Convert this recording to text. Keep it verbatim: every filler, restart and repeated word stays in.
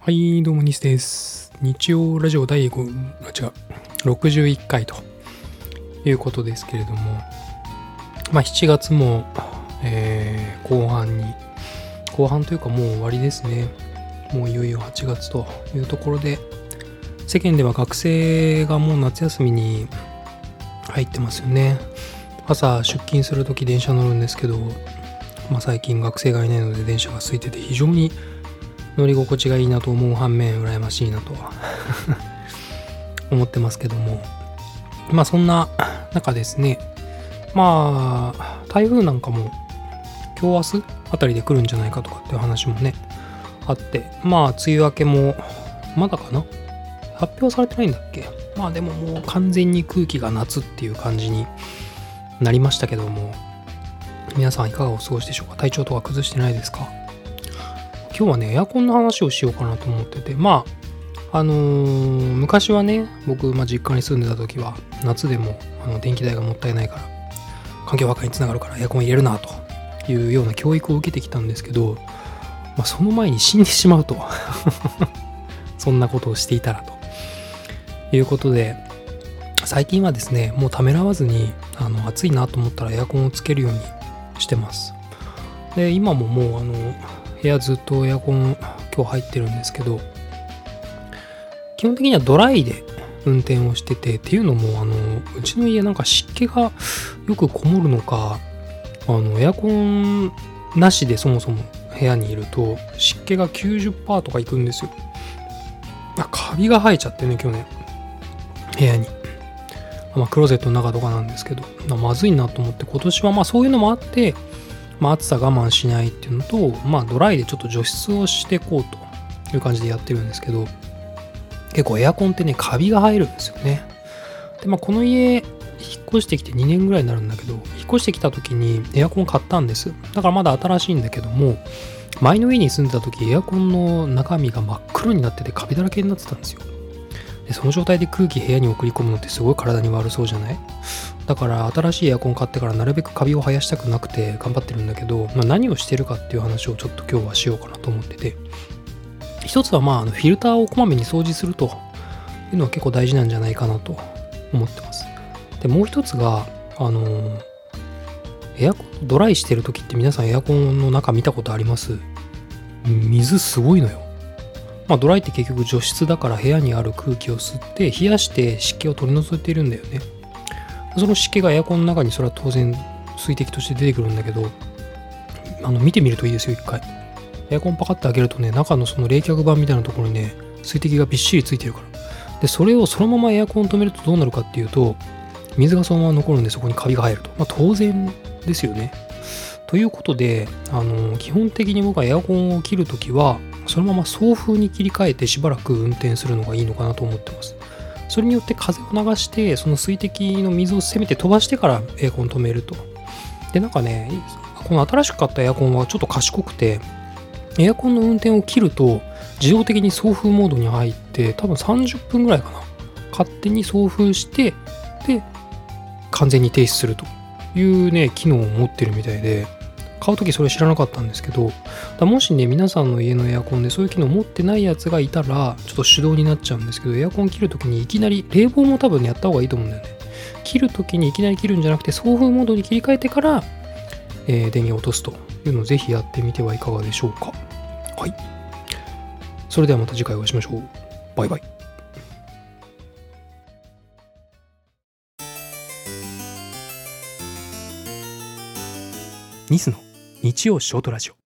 はい、どうもニスです。日曜ラジオ第ご、あ、違う、ろくじゅういっかいということですけれども、まあしちがつも、えー、後半に、後半というかもう終わりですね。もういよいよはちがつというところで、世間では学生がもう夏休みに入ってますよね。朝出勤するとき電車乗るんですけど、まあ最近学生がいないので電車が空いてて非常に乗り心地がいいなと思う反面羨ましいなとは思ってますけども、まあそんな中ですね、まあ台風なんかも今日明日あたりで来るんじゃないかとかっていう話もねあって、まあ梅雨明けもまだかな、発表されてないんだっけ。まあでももう完全に空気が夏っていう感じになりましたけども、皆さんいかがお過ごしでしょうか。体調とか崩してないですか。今日はねエアコンの話をしようかなと思ってて、まああのー、昔はね僕、まあ、実家に住んでた時は夏でもあの電気代がもったいないから環境破壊につながるからエアコン入れるなというような教育を受けてきたんですけど、まあ、その前に死んでしまうとそんなことをしていたらということで、最近はですねもうためらわずにあの暑いなと思ったらエアコンをつけるようにしてます。で今ももうあの部屋ずっとエアコン今日入ってるんですけど、基本的にはドライで運転をしてて、っていうのもあのうちの家なんか湿気がよくこもるのか、あのエアコンなしでそもそも部屋にいると湿気が きゅうじゅっパーセント とかいくんですよ。あ、カビが生えちゃってね今日ね部屋に、まあ、クローゼットの中とかなんですけど、まずいなと思って今年はまあそういうのもあって、まあ、暑さ我慢しないっていうのと、まあドライでちょっと除湿をしていこうという感じでやってるんですけど、結構エアコンってねカビが生えるんですよね。でまあこの家引っ越してきてにねんぐらいになるんだけど、引っ越してきた時にエアコン買ったんです。だからまだ新しいんだけども、前の家に住んでた時エアコンの中身が真っ黒になっててカビだらけになってたんですよ。でその状態で空気部屋に送り込むのってすごい体に悪そうじゃない。だから新しいエアコン買ってからなるべくカビを生やしたくなくて頑張ってるんだけど、まあ、何をしてるかっていう話をちょっと今日はしようかなと思ってて、一つはまああのフィルターをこまめに掃除するというのは結構大事なんじゃないかなと思ってます。でもう一つがあのー、エアコンドライしてる時って皆さんエアコンの中見たことあります？水すごいのよ。まあドライって結局除湿だから部屋にある空気を吸って冷やして湿気を取り除いているんだよね。その湿気がエアコンの中にそれは当然水滴として出てくるんだけど、あの見てみるといいですよ一回。エアコンパカッて開けるとね、中のその冷却板みたいなところにね水滴がびっしりついてるから。でそれをそのままエアコンを止めるとどうなるかっていうと、水がそのまま残るんでそこにカビが入ると。まあ当然ですよね。ということで、あの基本的に僕はエアコンを切るときはそのまま送風に切り替えてしばらく運転するのがいいのかなと思ってます。それによって風を流してその水滴の水をせめて飛ばしてからエアコン止めると。でなんかね、この新しく買ったエアコンはちょっと賢くて、エアコンの運転を切ると自動的に送風モードに入って、多分さんじゅっぷんぐらいかな、勝手に送風してで完全に停止するというね機能を持ってるみたいで、買うときそれ知らなかったんですけど、だもしね皆さんの家のエアコンでそういう機能持ってないやつがいたらちょっと手動になっちゃうんですけど、エアコン切るときにいきなり、冷房も多分ねやった方がいいと思うんだよね。切るときにいきなり切るんじゃなくて送風モードに切り替えてから、えー、電源を落とすというのをぜひやってみてはいかがでしょうか。はい、それではまた次回お会いしましょう。バイバイ。ニスの日曜ショートラジオ。